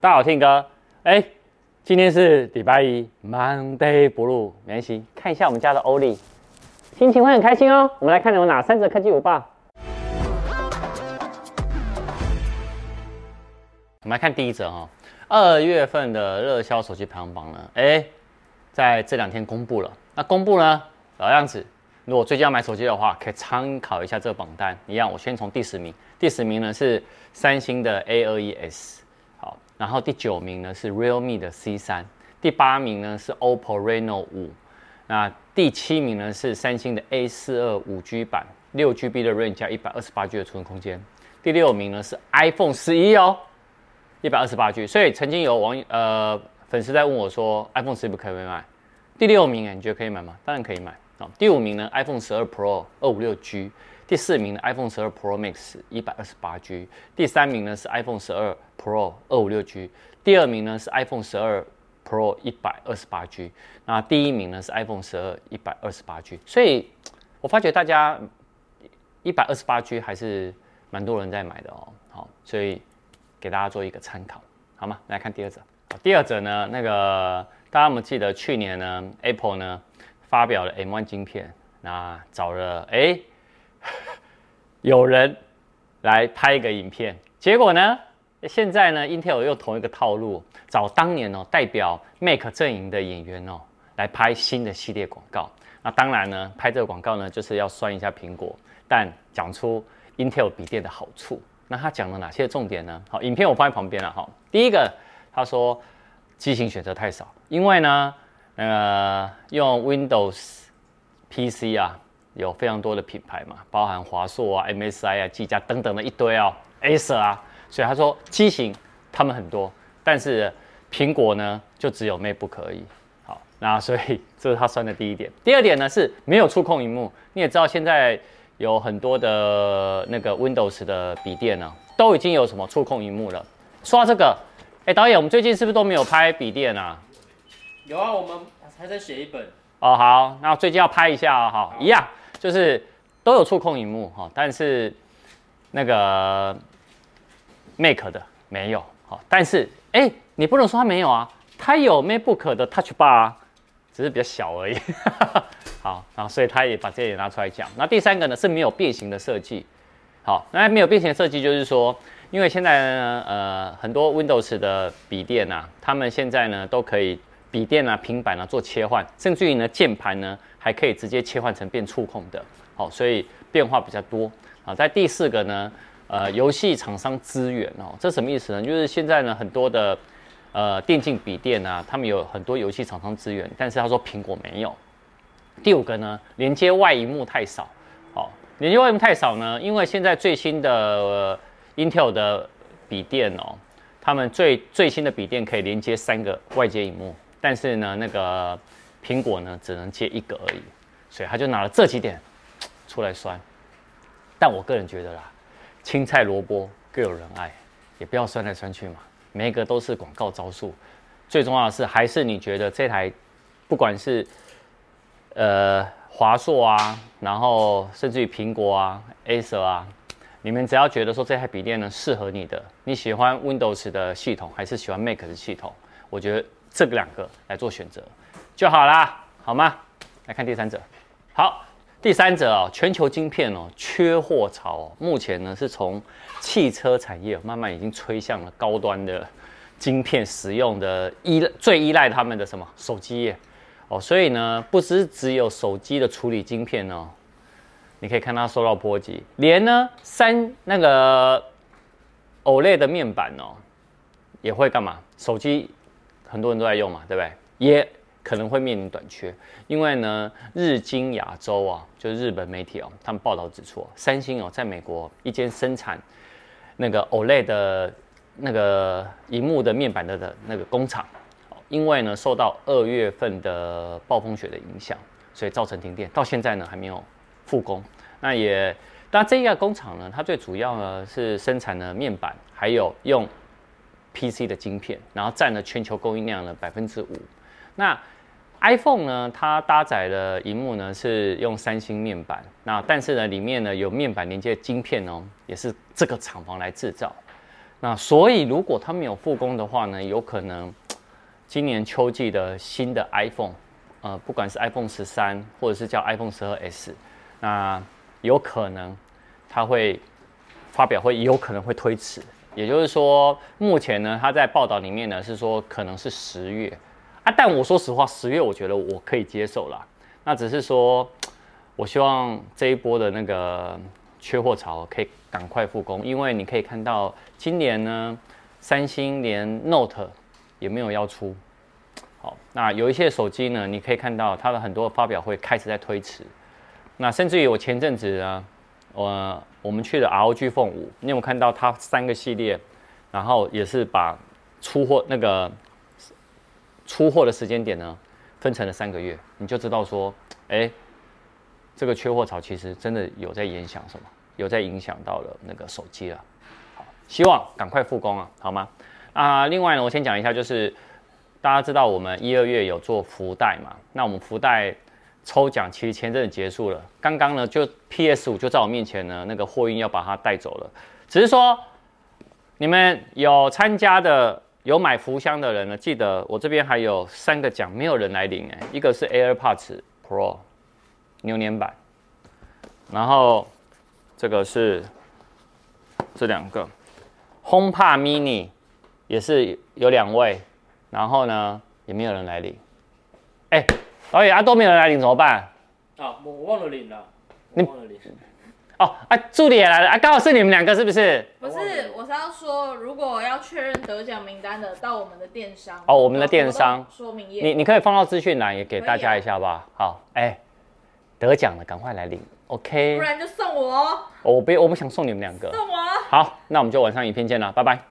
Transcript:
大家好，听歌。今天是礼拜一 ，Monday Blue， 没关系，看一下我们家的欧丽，心情会很开心哦。我们来看有哪3则科技午报。我们来看第一则哦，2月份的热销手机排行榜呢，在这2天公布了。那公布呢，老样子，如果最近要买手机的话，可以参考一下这个榜单。一样，我先从第10名，第10名呢是三星的 A21S。好，然后第9名呢是 Realme 的 C3， 第8名呢是 OPPO Reno 5，那第7名呢是三星的 A42 5G 版，6GB 的 RAM 加 128G 的储存空间，第6名呢是 iPhone 11哦，128G。所以曾经有粉丝在问我说 ，iPhone 11可不可以买？第6名你觉得可以买吗？当然可以买。第5名呢 iPhone 12 Pro 256G。第4名的 iPhone 12 Pro Max 128G， 第3名呢是 iPhone 12 Pro 256G， 第2名呢是 iPhone 12 Pro 128G， 那第1名呢是 iPhone 12 128G。所以我发觉大家 128G 还是蛮多人在买的哦。好，所以给大家做一个参考，好吗？来看第2则。第2则呢，大家有没有记得去年呢 ，Apple 呢发表了 M1 晶片，那找了有人来拍一个影片，结果呢，现在呢 ，Intel 又同一个套路，找当年代表 Mac 阵营的演员来拍新的系列广告。那当然呢，拍这个广告呢，就是要酸一下苹果，但讲出 Intel 笔电的好处。那他讲了哪些重点呢？好，影片我放在旁边了哈。第一个，他说机型选择太少，因为呢，用 Windows PC 啊。有非常多的品牌嘛，包含华硕啊、MSI 啊、技嘉等等的一堆Acer 啊，所以他说机型他们很多，但是苹果呢就只有 MacBook 而已。好，那所以这是他算的第一点。第2点呢是没有触控萤幕，你也知道现在有很多的那个 Windows 的笔电呢，都已经有什么触控萤幕了。说到这个，导演，我们最近是不是都没有拍笔电啊？ 有啊，我们还在写一本。 哦，好，那最近要拍一下好，一样。就是都有触控萤幕但是那个 Mac 的没有但是你不能说它没有啊，它有 MacBook 的 Touch Bar 只是比较小而已。好，然后所以他也把这也拿出来讲。那第3个呢是没有变形的设计。好，那没有变形的设计就是说，因为现在呢很多 Windows 的笔电啊，他们现在呢都可以笔电啊、平板啊做切换，甚至于呢键盘呢。还可以直接切换成变触控的，好，所以变化比较多啊。在第4个呢，游戏厂商资源这什么意思呢？就是现在呢很多的电竞笔电啊，他们有很多游戏厂商资源，但是他说苹果没有。第5个呢，连接外萤幕太少，连接外萤幕太少呢，因为现在最新的Intel 的笔电他们最新的笔电可以连接3个外接萤幕，但是呢那个苹果呢只能接1个而已，所以他就拿了这几点出来酸。但我个人觉得啦，青菜萝卜各有人爱，也不要酸来酸去嘛，每一个都是广告招数。最重要的是，还是你觉得这台不管是华硕啊，然后甚至于苹果啊、Acer 啊，你们只要觉得说这台笔电呢适合你的，你喜欢 Windows 的系统还是喜欢 Mac 的系统，我觉得这2个来做选择就好啦，好吗？来看第3则。好，第3则全球晶片缺货潮目前呢是从汽车产业慢慢已经吹向了高端的晶片使用的最依赖他们的什么手机业所以呢不只有手机的处理晶片你可以看它受到波及，连呢那个 OLED 的面板也会干嘛？手机很多人都在用嘛，对不对？也可能会面临短缺，因为呢，日经亚洲就是日本媒体他们报道指出三星在美国一间生产那个 OLED 的那个萤幕的面板的那个工厂，因为呢受到2月份的暴风雪的影响，所以造成停电，到现在呢还没有复工。那这一个工厂呢，它最主要呢是生产的面板，还有用 PC 的晶片，然后占了全球供应量的5%。那 iPhone 呢，它搭载的萤幕呢是用三星面板，但是呢里面呢有面板连接的晶片也是这个厂房来制造。 那所以如果它没有复工的话呢，有可能今年秋季的新的 iPhone，不管是 iPhone 13或者是叫 iPhone 12S， 那有可能它会发表会有可能会推迟。也就是说，目前呢，它在报道里面呢是说可能是10月啊，但我说实话，10月我觉得我可以接受啦。那只是说，我希望这一波的那个缺货潮可以赶快复工，因为你可以看到今年呢，三星连 Note 也没有要出。好，那有一些手机呢，你可以看到它的很多发表会开始在推迟。那甚至于我前阵子呢，我们去了 ROG Phone 5，你有没有看到它3个系列，然后也是把出货的时间点呢分成了3个月，你就知道说，这个缺货潮其实真的有在影响什么，有在影响到了那个手机了。好，希望赶快复工啊，好吗？另外呢，我先讲一下，就是大家知道我们1、2月有做福袋嘛，那我们福袋抽奖其实前阵子结束了，刚刚呢就 PS5 就在我面前呢，那个货运要把它带走了。只是说你们有参加的、有买福箱的人呢，记得我这边还有3个奖没有人来领一个是 AirPods Pro 牛年版，然后这个是这2个 HomePod Mini 也是有2位，然后呢也没有人来领。导演都没有人来领怎么办？ 我忘了领了， 你忘了领。 助理也来了刚好是你们2个是不是？ 不是，我是要说，如果要确认得奖名单的，到我们的电商。 我们的电商说明页， 你可以放到资讯栏，也给大家一下吧。好，得奖了，赶快来领 ，OK？ 不然就送我。 我不想送你们2个。 送我。 好，那我们就晚上影片见了，拜拜。